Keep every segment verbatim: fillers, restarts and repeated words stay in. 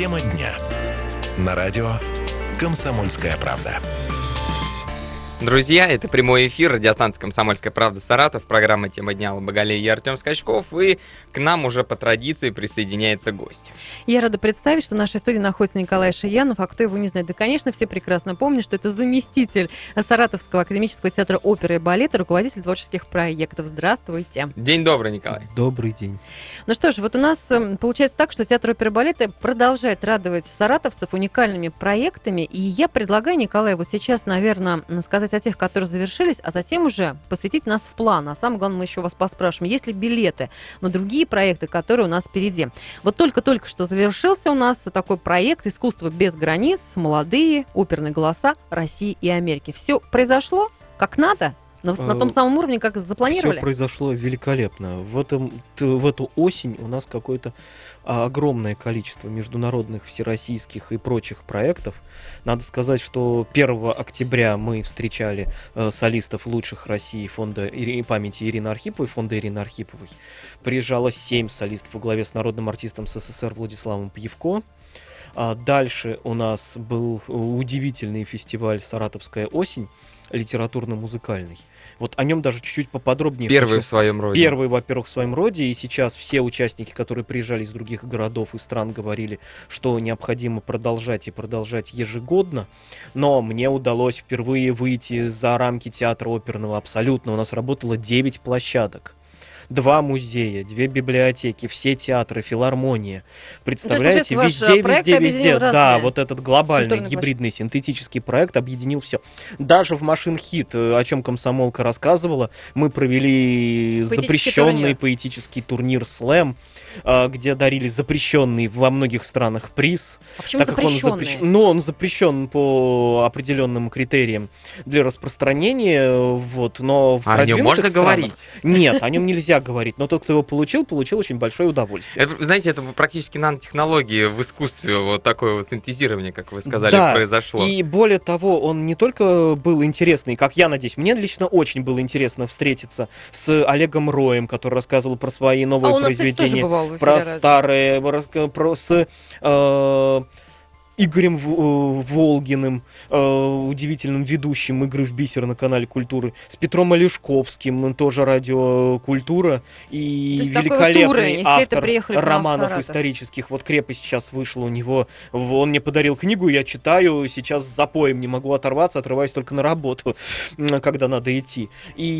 Тема дня. На радио «Комсомольская правда». Друзья, это прямой эфир, радиостанция «Комсомольская правда» Саратов, программа «Тема дня» Лобогалей и Артем Скачков, и к нам уже по традиции присоединяется гость. Я рада представить, что в нашей студии находится Николай Шиянов, а кто его не знает, да, конечно, все прекрасно помнят, что это заместитель Саратовского академического театра оперы и балета, руководитель творческих проектов. Здравствуйте. День добрый, Николай. Добрый день. Ну что ж, вот у нас получается так, что театр оперы и балета продолжает радовать саратовцев уникальными проектами, и я предлагаю, Николай, вот сейчас, наверное, сказать о тех, которые завершились, а затем уже посвятить нас в план. А самое главное, мы еще вас поспрашиваем, есть ли билеты на другие проекты, которые у нас впереди. Вот только-только что завершился у нас такой проект «Искусство без границ. Молодые оперные голоса России и Америки». Все произошло как надо? На, на том самом уровне, как запланировали? Все произошло великолепно. В, этом, в эту осень у нас какое-то огромное количество международных, всероссийских и прочих проектов. Надо сказать, что первого октября мы встречали э, солистов лучших России фонда Ири... памяти Ирины Архиповой, фонда Ирины Архиповой. Приезжало семь солистов во главе с народным артистом СССР Владиславом Пьевко. А дальше у нас был удивительный фестиваль «Саратовская осень», литературно-музыкальный. Вот о нем даже чуть-чуть поподробнее. Первый в своем роде. Первый, во-первых, в своем роде. И сейчас все участники, которые приезжали из других городов и стран, говорили, что необходимо продолжать и продолжать ежегодно. Но мне удалось впервые выйти за рамки театра оперного абсолютно. У нас работало девять площадок. Два музея, две библиотеки, все театры, филармония. Представляете, ну, везде, везде, везде. Да, вот этот глобальный гибридный площадь. синтетический проект объединил все. Даже в Машин Хит, о чем комсомолка рассказывала, мы провели поэтический запрещенный турнир. поэтический турнир «Слэм», где дарили запрещенный во многих странах приз. А почему запрещенный? Он запрещ... Ну, он запрещен по определенным критериям для распространения, вот, но в а о нем можно странах... говорить? Нет, о нем нельзя говорить, но тот, кто его получил, получил очень большое удовольствие. Это, знаете, это практически нанотехнологии в искусстве, вот такое вот синтезирование, как вы сказали, да, произошло. И более того, он не только был интересный, как я надеюсь, мне лично очень было интересно встретиться с Олегом Роем, который рассказывал про свои новые а произведения. Про старые, про, с э, Игорем Волгиным, э, удивительным ведущим «Игры в бисер» на канале «Культуры», с Петром Олешковским, тоже «Радиокультура», и великолепный вот автор романов исторических. Вот «Крепость» сейчас вышла у него, он мне подарил книгу, я читаю, сейчас с запоем не могу оторваться, отрываюсь только на работу, когда надо идти.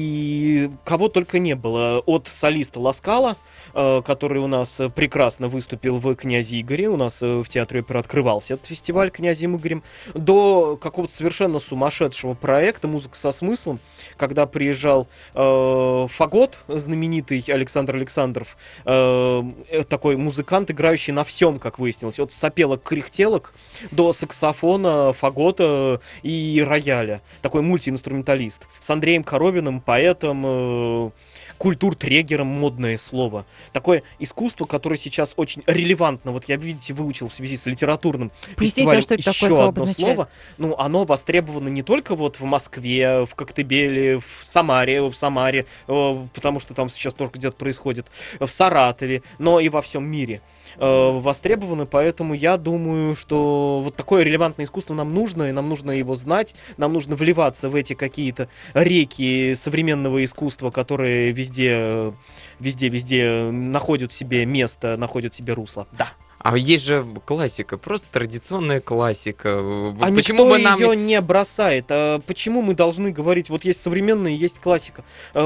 И кого только не было, от солиста Ласкала, который у нас прекрасно выступил в «Князе Игоре», у нас в театре оперы открывался этот фестиваль «Князем Игорем», до какого-то совершенно сумасшедшего проекта «Музыка со смыслом», когда приезжал э, Фагот, знаменитый Александр Александров, э, такой музыкант, играющий на всем, как выяснилось, от сопелок-кряхтелок до саксофона, фагота и рояля. Такой мультиинструменталист. С Андреем Коровиным, поэтом, э, культуртрегером, модное слово. Такое искусство, которое сейчас очень релевантно. Вот я, видите, выучил в связи с литературным фестивалем что это еще такое слово одно обозначает? слово. Ну, оно востребовано не только вот в Москве, в Коктебеле, в Самаре, в Самаре, потому что там сейчас тоже где-то происходит, в Саратове, но и во всем мире востребованы, поэтому я думаю, что вот такое релевантное искусство нам нужно, и нам нужно его знать, нам нужно вливаться в эти какие-то реки современного искусства, которые везде, везде, везде находят себе место, находят себе русло. Да. А есть же классика, просто традиционная классика. А почему никто бы нам... ее не бросает? А почему мы должны говорить, вот есть современная, есть классика?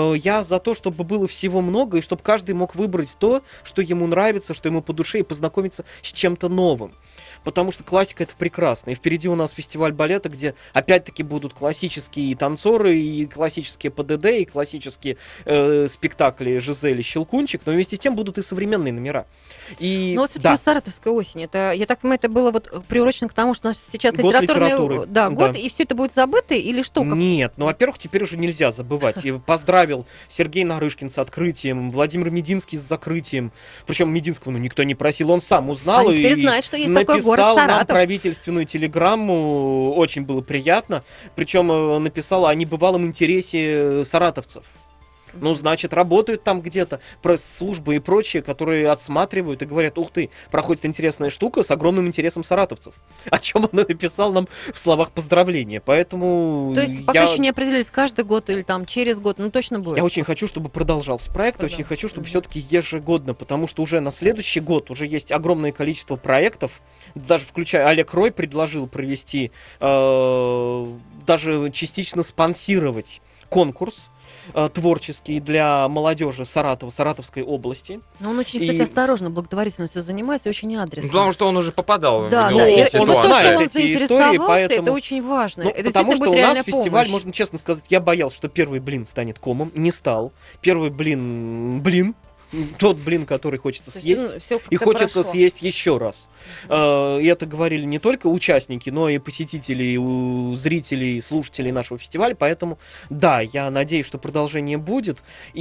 Я за то, чтобы было всего много, и чтобы каждый мог выбрать то, что ему нравится, что ему по душе, и познакомиться с чем-то новым. Потому что классика — это прекрасно. И впереди у нас фестиваль балета, где опять-таки будут классические танцоры, и классические ПДД, и классические э, спектакли «Жизель» и «Щелкунчик», но вместе с тем будут и современные номера. И, но вот все-таки да. Саратовская осень, это, я так понимаю, это было вот приурочено к тому, что у нас сейчас год литературный да, год, да. и все это будет забыто, или что? Как... Нет, ну, во-первых, теперь уже нельзя забывать. Я поздравил Сергей Нарышкин с открытием, Владимир Мединский с закрытием. Причем Мединского ну, никто не просил, он сам узнал а и теперь знает, что есть написал такой город Саратов. нам правительственную телеграмму, очень было приятно. Причем написал о небывалом интересе саратовцев Ну, значит, работают там где-то пресс-службы и прочие, которые отсматривают и говорят: ух ты, проходит интересная штука с огромным интересом саратовцев. О чем он написал нам в словах поздравления. Поэтому То есть пока я... еще не определились, каждый год или там через год, ну точно будет. Я очень хочу, чтобы продолжался проект, Продолжался. очень хочу, чтобы Мгм. все-таки ежегодно, потому что уже на следующий год уже есть огромное количество проектов, даже включая Олег Рой предложил провести, э, даже частично спонсировать конкурс э, творческий для молодежи Саратова, Саратовской области. Но он очень, кстати, И- осторожно благотворительностью занимается, очень адресно. Потому что он уже попадал Да, в да, и, неловкие и вот то, ситуации. что он эти истории, заинтересовался, поэтому- это очень важно. Ну, это потому действительно что будет у нас реальная фестиваль, помощь. можно честно сказать, я боялся, что первый блин станет комом. Не стал. Первый блин, блин. Тот блин, который хочется То есть, съесть. ну, всё И как-то хочется прошло. съесть еще раз. Э, И это говорили не только участники, но и посетители, и у зрителей, и слушателей нашего фестиваля. Поэтому, да, я надеюсь, что продолжение будет.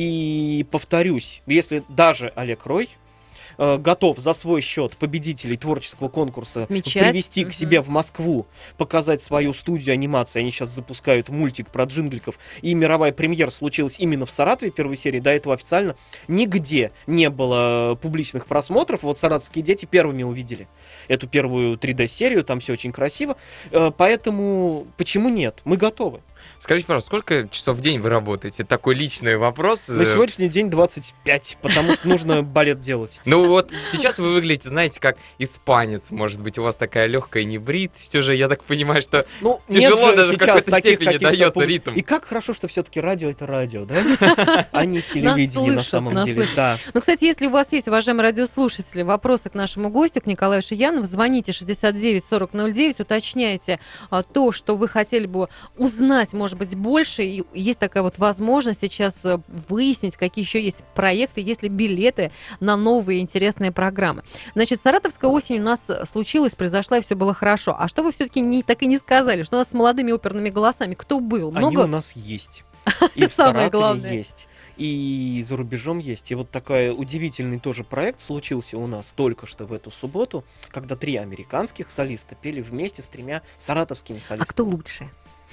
И повторюсь, если даже Олег Рой э, готов за свой счет победителей творческого конкурса Отмечать. привести к Мгм. себе в Москву, показать свою студию анимации. Они сейчас запускают мультик про джингликов. И мировая премьера случилась именно в Саратове первой серии. До этого официально нигде не было публичных просмотров. Вот саратовские дети первыми увидели эту первую три дэ-серию. Там все очень красиво. Э, Поэтому почему нет? Мы готовы. Скажите, пожалуйста, сколько часов в день вы работаете? Такой личный вопрос. На сегодняшний день двадцать пять, потому что нужно балет делать. Ну вот сейчас вы выглядите, знаете, как испанец, может быть, у вас такая легкая небритость уже, я так понимаю, что Ну, Тяжело нет же даже в сейчас какой-то таких степени каких-то дается пуб- ритм. И как хорошо, что все-таки радио это радио, да? А не телевидение на слышат, самом нас деле. слышат. Да. Ну, кстати, если у вас есть, уважаемые радиослушатели, вопросы к нашему гостю, к Николаю Шиянову, звоните шестьдесят девять сорок ноль девять, уточняйте а, то, что вы хотели бы узнать, может быть, больше. И есть такая вот возможность сейчас а, выяснить, какие еще есть проекты, есть ли билеты на новые интересные программы. Значит, Саратовская осень у нас случилась, произошла, и все было хорошо. А что вы все-таки не, так и не сказали? Что у нас с молодыми оперными голосами? Кто был? Они Много? у нас есть. И в Самое Саратове главное. есть. И за рубежом есть. И вот такой удивительный тоже проект случился у нас только что в эту субботу, когда три американских солиста пели вместе с тремя саратовскими А солистами. кто лучше?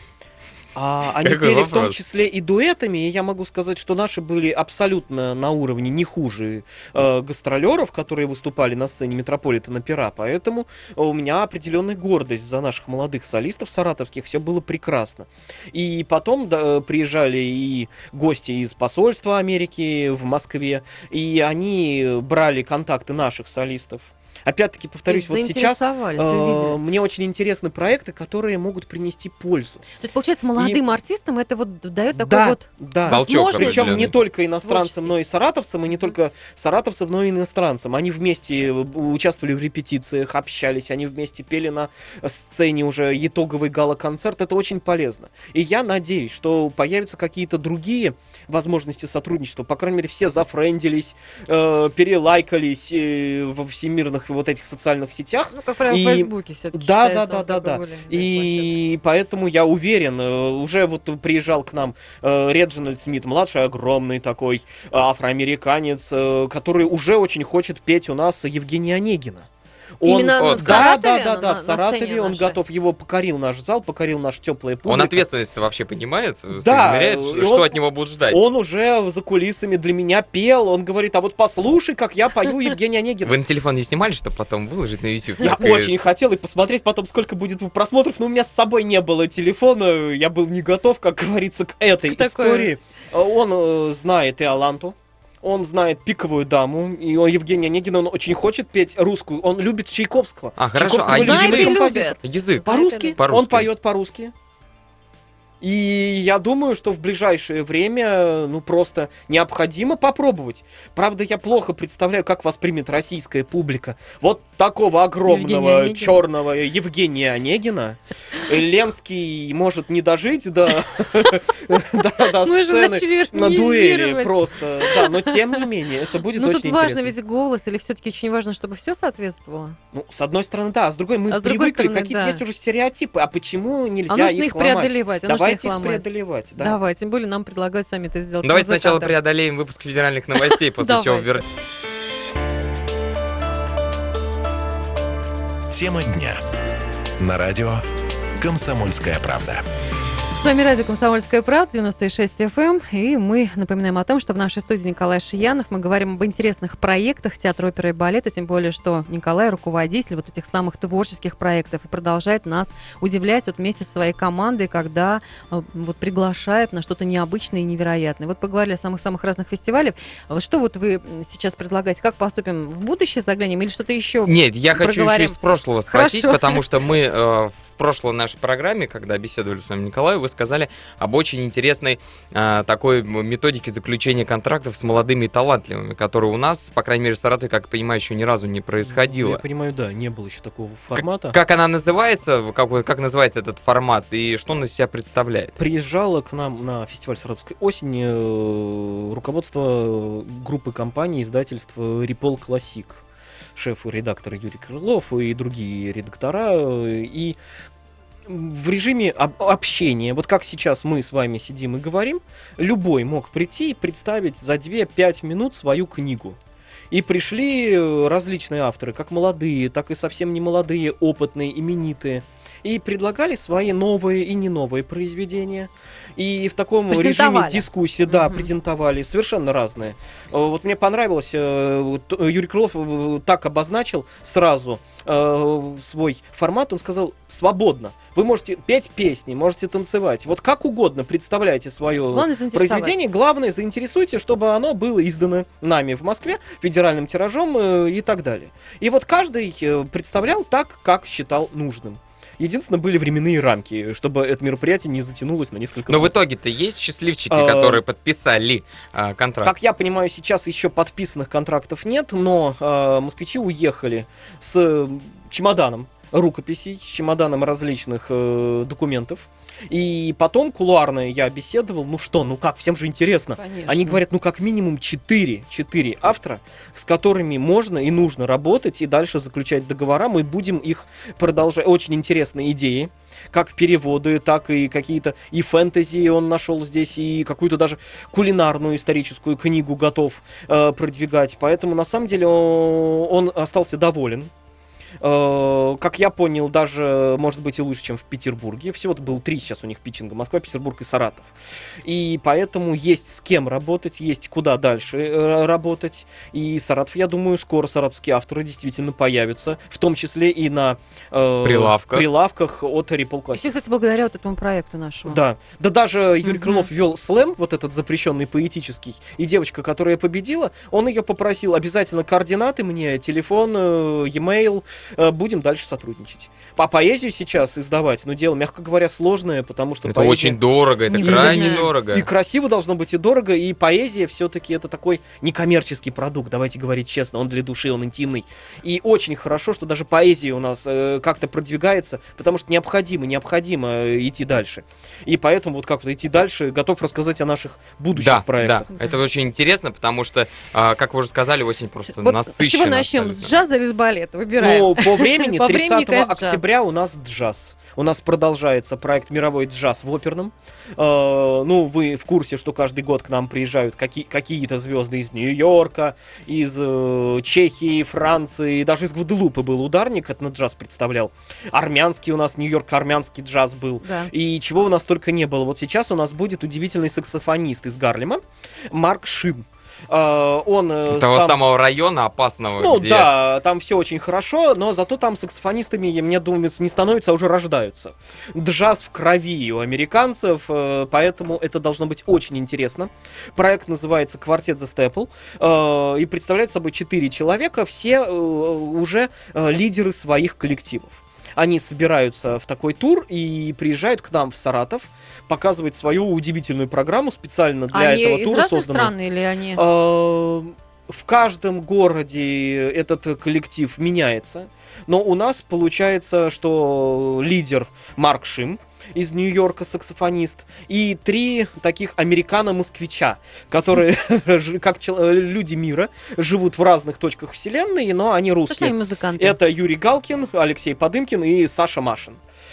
А они Какой пели в том вопрос? числе и дуэтами, и я могу сказать, что наши были абсолютно на уровне не хуже э, гастролеров, которые выступали на сцене Метрополитена Пера, поэтому у меня определенная гордость за наших молодых солистов саратовских, все было прекрасно. И потом да, приезжали и гости из посольства Америки в Москве, и они брали контакты наших солистов. Опять-таки, повторюсь, То есть вот сейчас заинтересовались, э, увидели. мне очень интересны проекты, которые могут принести пользу. То есть, получается, молодым артистам это вот дает такой Да, вот да. Толчок возможность. Причем не определенный. только иностранцам, Творческий. но и саратовцам, и не только саратовцам, но и иностранцам. Они вместе участвовали в репетициях, общались, они вместе пели на сцене уже итоговый гала-концерт. Это очень полезно. И я надеюсь, что появятся какие-то другие возможности сотрудничества. По крайней мере, все зафрендились, э, перелайкались э, во всемирных вот этих социальных сетях. Ну, как правило, И- в Фейсбуке все-таки. Да, да, да, да, да. И поэтому я уверен, э, уже вот приезжал к нам э, Реджинальд Смит, младший, огромный такой э, афроамериканец, э, который уже очень хочет петь у нас Евгения Онегина. Он- Именно Вот, в да, Саратове? да, да, на- да, на в Саратове сцене он нашей? готов, его покорил наш зал, покорил наш теплая публика. он ответственность вообще понимает, Да, соизмеряет, и что он- от него будут ждать. Он уже за кулисами для меня пел, он говорит, а вот послушай, как я пою Евгения Онегина. Вы на телефон не снимали, чтобы потом выложить на YouTube? Я Так и- очень хотел и посмотреть потом, сколько будет просмотров, но у меня с собой не было телефона, я был не готов, как говорится, к этой К такой. истории. Он э, знает и Аланту, он знает Пиковую даму, и он, Евгений Онегин, он очень хочет петь русскую, он любит Чайковского. А, хорошо, Чайковского а любимый Знает и язык? композитор. любит. Язык. По-русски? По-русски. Он поет по-русски. И я думаю, что в ближайшее время, ну, просто необходимо попробовать. Правда, я плохо представляю, как воспримет российская публика вот такого Евгения огромного Онегина. черного Евгения Онегина. Ленский может не дожить до до Мы же сцены начали на дуэли иронизировать. просто. Да, но тем не менее, это будет Ну, тут очень важно интересно. ведь голос, или все-таки очень важно, чтобы все соответствовало? Ну, с одной стороны, да, а с другой мы А с другой привыкли, стороны, какие-то да. есть уже стереотипы, а почему нельзя А нужно их их ломать? преодолевать, а нужно их Давайте их ломать. преодолевать, да. Давай, тем более нам предлагают сами это сделать. Давайте сначала музыкантам. преодолеем выпуск федеральных новостей, после чего Давайте. вернемся. Тема дня. На радио «Комсомольская правда». С вами радио «Комсомольская правда», девяносто шесть эф эм, и мы напоминаем о том, что в нашей студии Николай Шиянов. Мы говорим об интересных проектах театра оперы и балета, тем более, что Николай руководитель вот этих самых творческих проектов и продолжает нас удивлять вот вместе со своей командой, когда э, вот приглашает на что-то необычное и невероятное. Вот поговорили о самых-самых разных фестивалях. Вот что вот вы сейчас предлагаете? Как поступим? В будущее заглянем или что-то еще? Нет, я хочу проговорим? еще из прошлого спросить, Хорошо. потому что мы э, в прошлой нашей программе, когда беседовали с вами, Николай, вы сказали об очень интересной э, такой методике заключения контрактов с молодыми и талантливыми, которая у нас, по крайней мере, в Саратове, как я понимаю, еще ни разу не происходила. Я понимаю, да, не было еще такого формата. Как, как она называется, как, как называется этот формат и что он из себя представляет? Приезжало к нам на фестиваль «Саратовской осени» э, руководство группы компаний, издательства «Рипол Классик», шеф и редактор Юрий Крылов и другие редактора, и в режиме об- общения, вот как сейчас мы с вами сидим и говорим, любой мог прийти и представить за две-пять минут свою книгу. И пришли различные авторы, как молодые, так и совсем не молодые, опытные, именитые, и предлагали свои новые и не новые произведения. И в таком режиме дискуссии, да, угу. презентовали совершенно разные. Вот мне понравилось, Юрий Крылов так обозначил сразу свой формат, он сказал: свободно. Вы можете петь песни, можете танцевать. Вот как угодно представляйте свое произведение. Главное, заинтересуйте, чтобы оно было издано нами в Москве, федеральным тиражом и так далее. И вот каждый представлял так, как считал нужным. Единственное, были временные рамки, чтобы это мероприятие не затянулось на несколько Но лет. в итоге-то есть счастливчики, а, которые подписали а, контракт? Как я понимаю, сейчас еще подписанных контрактов нет, но а, москвичи уехали с чемоданом рукописей, с чемоданом различных э, документов. И потом кулуарно я беседовал, ну что, ну как, всем же интересно. Конечно. Они говорят, ну как минимум четыре автора, с которыми можно и нужно работать и дальше заключать договора. Мы будем их продолжать. Очень интересные идеи, как переводы, так и какие-то и фэнтези он нашел здесь, и какую-то даже кулинарную историческую книгу готов э, продвигать. Поэтому на самом деле он, он остался доволен. Как я понял, даже, может быть, и лучше, чем в Петербурге. Всего-то было три сейчас у них питчинга: Москва, Петербург и Саратов. И поэтому есть с кем работать, есть куда дальше работать. И Саратов, я думаю, скоро саратовские авторы действительно появятся, в том числе и на э, прилавках. прилавках от Рипол Классик. Еще, кстати, благодаря вот этому проекту нашему. Да, да даже Юрий mm-hmm. Крылов вел слэм, вот этот запрещенный поэтический, и девочка, которая победила, он ее попросил обязательно координаты мне, телефон, e-mail, будем дальше сотрудничать. По поэзию сейчас издавать, ну, дело, мягко говоря, сложное, потому что это поэзия... очень дорого, это Невыгодно. крайне дорого. И красиво должно быть, и дорого, и поэзия все-таки это такой некоммерческий продукт, давайте говорить честно, он для души, он интимный. И очень хорошо, что даже поэзия у нас э, как-то продвигается, потому что необходимо, необходимо идти дальше. И поэтому вот как-то идти дальше, готов рассказать о наших будущих да, проектах. Да, это очень интересно, потому что, э, как вы уже сказали, осень просто вот насыщена. С чего начнем? абсолютно. С джаза или с балета? Выбираем. Ну, по времени, По времени, тридцатого конечно, октября у нас джаз. У нас продолжается проект «Мировой джаз» в оперном. Э, ну, вы в курсе, что каждый год к нам приезжают какие- какие-то звезды из Нью-Йорка, из э, Чехии, Франции, даже из Гваделупы был ударник, это на джаз представлял. Армянский у нас, Нью-Йорк, армянский джаз был. Да. И чего у нас только не было. Вот сейчас у нас будет удивительный саксофонист из Гарлема, Марк Шим. Uh, он того сам... самого района опасного. Ну где... да, там все очень хорошо, но зато там саксофонистами, я мне думаю, не становятся, а уже рождаются. Джаз в крови у американцев, поэтому это должно быть очень интересно. Проект называется «Квартет The Staple» и представляет собой четыре человека, все уже лидеры своих коллективов. Они собираются в такой тур и приезжают к нам в Саратов, показывать свою удивительную программу специально для они этого тура из разных созданную. стран или они? В каждом городе этот коллектив меняется, но у нас получается, что лидер Марк Шим из Нью-Йорка, саксофонист, и три таких американо-москвича, которые, как люди мира, живут в разных точках вселенной, но они русские. Музыканты. Это Юрий Галкин, Алексей Подымкин и Саша Машин.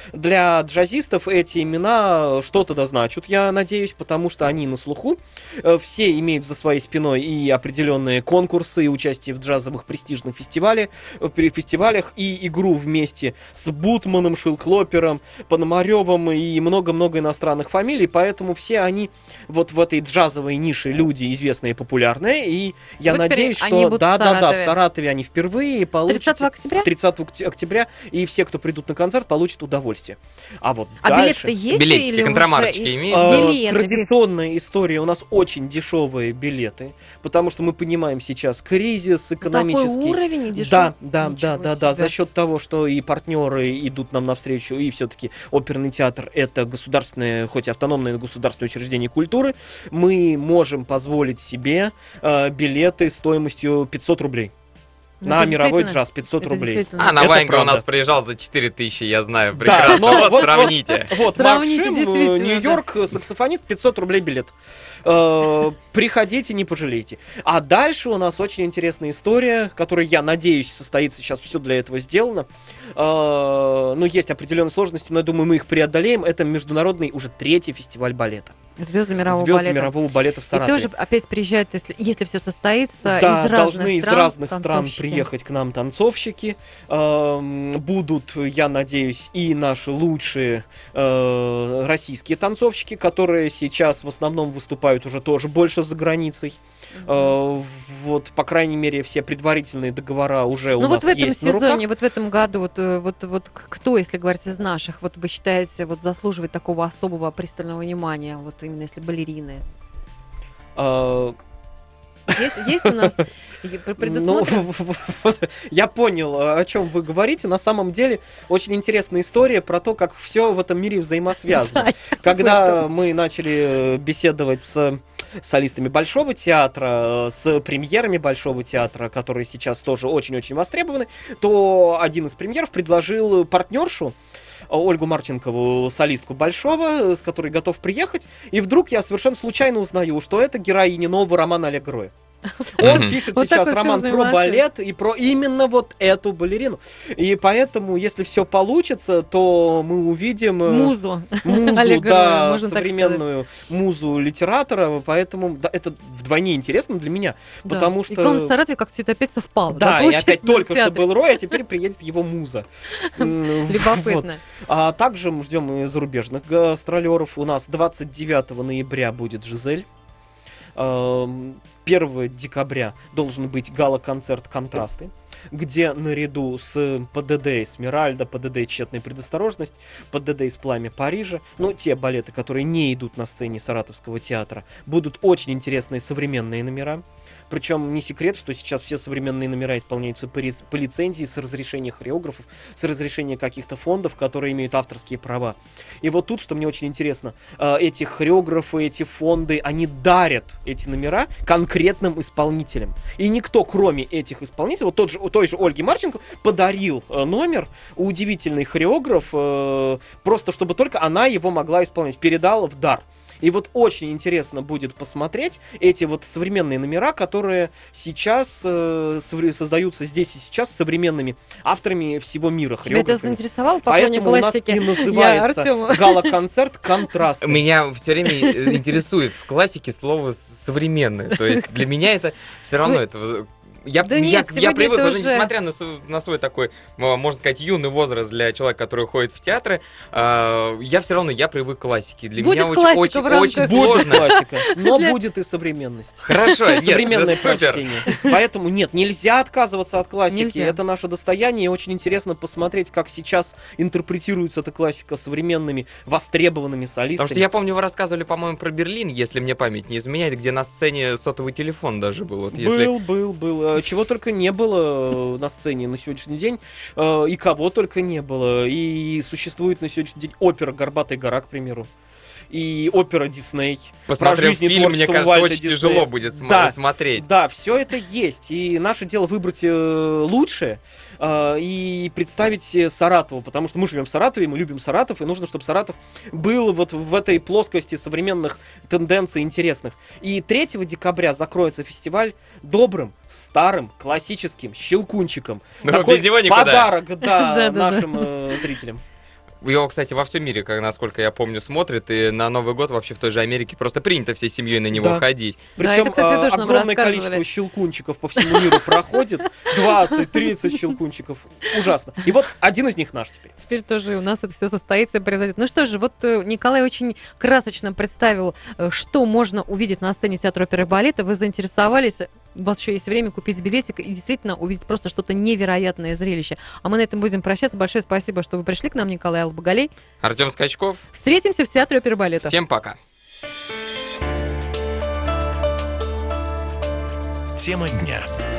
для джазистов эти имена что-то да значат, я надеюсь, потому что они на слуху. Все имеют за своей спиной и определенные конкурсы, и участие в джазовых престижных фестивалях, при фестивалях, и игру вместе с Бутманом, Шилклопером, Пономаревым и много-много иностранных фамилий, поэтому все они вот в этой джазовой нише люди известные и популярные, и я Вот надеюсь, теперь они что будут в да-да-да, Саратове. в Саратове они впервые получат... тридцатого октября? тридцатого октября, и все, кто придут на концерт, получат удовольствие. А вот А дальше... билеты есть? Билетики, или контрамарочки уже... имеются? А, Билеты, Традиционная история, у нас очень дешевые билеты, потому что мы понимаем сейчас кризис экономический. Такой уровень и дешев... Да, да, Ничего да, да, да, себе. за счет того, что и партнеры идут нам навстречу, и все-таки оперный театр это государственное, хоть и автономное государственное учреждение культуры, мы можем позволить себе э, билеты стоимостью пятьсот рублей. Ну, На это мировой действительно- джаз пятьсот это рублей. действительно- А, на Это Ваенга у правда. нас приезжал за четыре тысячи, я знаю, Да, прекрасно. но Вот, вот- сравните. Вот, Сравните, Максим, действительно, Нью-Йорк, саксофонист, пятьсот рублей билет. Э, Приходите, не пожалеете. А дальше у нас очень интересная история, которая, я надеюсь, состоится. Сейчас все для этого сделано. Э, Ну, есть определенные сложности, но я думаю, мы их преодолеем. Это международный уже третий фестиваль балета. Звезды мирового Звезды балета. мирового балета в И Саратове. тоже опять приезжают, если, если все состоится, Да, из разных должны стран. из разных стран танцовщики. приехать к нам танцовщики. Эм, Будут, я надеюсь, и наши лучшие э, российские танцовщики, которые сейчас в основном выступают уже тоже больше за границей. Э, Вот, по крайней мере, все предварительные договора уже у Ну нас вот в этом есть на руках. сезоне, вот в этом году, вот, э, вот, вот к- кто, если говорить из наших, вот вы считаете, вот заслуживает такого особого пристального внимания, вот именно если балерины? Э, Есть, есть у нас и пр- предусмотрено? Ну, вот, я понял, о чем вы говорите. На самом деле, очень интересная история про то, как все в этом мире взаимосвязано. Да, Когда мы начали беседовать с солистами Большого театра, с премьерами Большого театра, которые сейчас тоже очень-очень востребованы, то один из премьеров предложил партнершу, Ольгу Марченкову, солистку Большого, с которой готов приехать. И вдруг я совершенно случайно узнаю, что это героиня нового романа Олега Роя. Он Мгм. пишет Вот сейчас такой роман всё про балет и про именно вот эту балерину. И поэтому, если все получится, то мы увидим э, Музу. музу, Олега Роя, да, можно так современную музу литератора. Поэтому да, это вдвойне интересно для меня, Да. потому И что... главное, в Саратове как все это опять совпало. Да, и получается, опять на только что театре. был Рой, а теперь приедет его муза. М, вот. Любопытно. А также мы ждем и зарубежных гастролеров. У нас двадцать девятого ноября будет Жизель. Эм, первого декабря должен быть гала-концерт «Контрасты», где наряду с ПДД «Эсмеральда», ПДД «Тщетная предосторожность», ПДД из «Пламя Парижа», ну, те балеты, которые не идут на сцене Саратовского театра, будут очень интересные современные номера. Причем не секрет, что сейчас все современные номера исполняются по, ри- по лицензии, с разрешения хореографов, с разрешения каких-то фондов, которые имеют авторские права. И вот тут, что мне очень интересно, э, эти хореографы, эти фонды, они дарят эти номера конкретным исполнителям. И никто, кроме этих исполнителей, вот тот же, у той же Ольги Марченко, подарил э, номер, удивительный хореограф, э, просто чтобы только она его могла исполнять, передала в дар. И вот очень интересно будет посмотреть эти вот современные номера, которые сейчас э, совре- создаются здесь и сейчас современными авторами всего мира, Тебя это хореографами. заинтересовало поклонник Поэтому у нас классики? и Я называется Артему. гала-концерт «Контраст». Меня все время интересует в классике слово «современное». То есть для меня это все равно Вы- это... Я, Да я, нет, я сегодня привык, это вот, уже- несмотря на, с- на свой такой, м, можно сказать, юный возраст для человека, который ходит в театры, э, я все равно я привык к классике. Для Будет меня очень, классика очень, в рамках- очень Будет сложно. классика, но Для- будет и современность. Хорошо, нет, Современное да, супер. прочтение. Поэтому нет, нельзя отказываться от классики. Нельзя. Это наше достояние. И очень интересно посмотреть, как сейчас интерпретируется эта классика современными востребованными солистами. Потому что я помню, вы рассказывали, по-моему, про Берлин, если мне память не изменяет, где на сцене сотовый телефон даже был. Вот если... Был, был, был. Э, Чего только не было э, на сцене на сегодняшний день. Э, И кого только не было. И существует на сегодняшний день опера «Горбатая гора», к примеру. И опера «Дисней». Посмотрев жизнь и фильм, мне творчество кажется, Уальта очень Диснея. тяжело будет см- Да. смотреть. Да, все это есть. И наше дело выбрать э, лучшее э, и представить э, Саратову. Потому что мы живем в Саратове, мы любим Саратов, и нужно, чтобы Саратов был вот в этой плоскости современных тенденций интересных. И третьего декабря закроется фестиваль добрым, старым, классическим щелкунчиком. Ну, Такой без него никуда. подарок, да, Да-да-да. нашим э, зрителям. Его, кстати, во всем мире, как, насколько я помню, смотрят, и на Новый год вообще в той же Америке просто принято всей семьей на него Да. ходить. Да, Причем это, кстати, тоже нам огромное рассказывали. количество щелкунчиков по всему миру проходит. двадцать-тридцать щелкунчиков. Ужасно. И вот один из них наш теперь. Теперь тоже у нас это все состоится и произойдет. Ну что же, вот э, Николай очень красочно представил, э, что можно увидеть на сцене театра оперы и балета. Вы заинтересовались, у вас еще есть время купить билетик и действительно увидеть просто что-то невероятное зрелище. А мы на этом будем прощаться. Большое спасибо, что вы пришли к нам, Николай Албагалей. Артем Скачков. Встретимся в театре оперы и балета. Всем пока. Тема дня.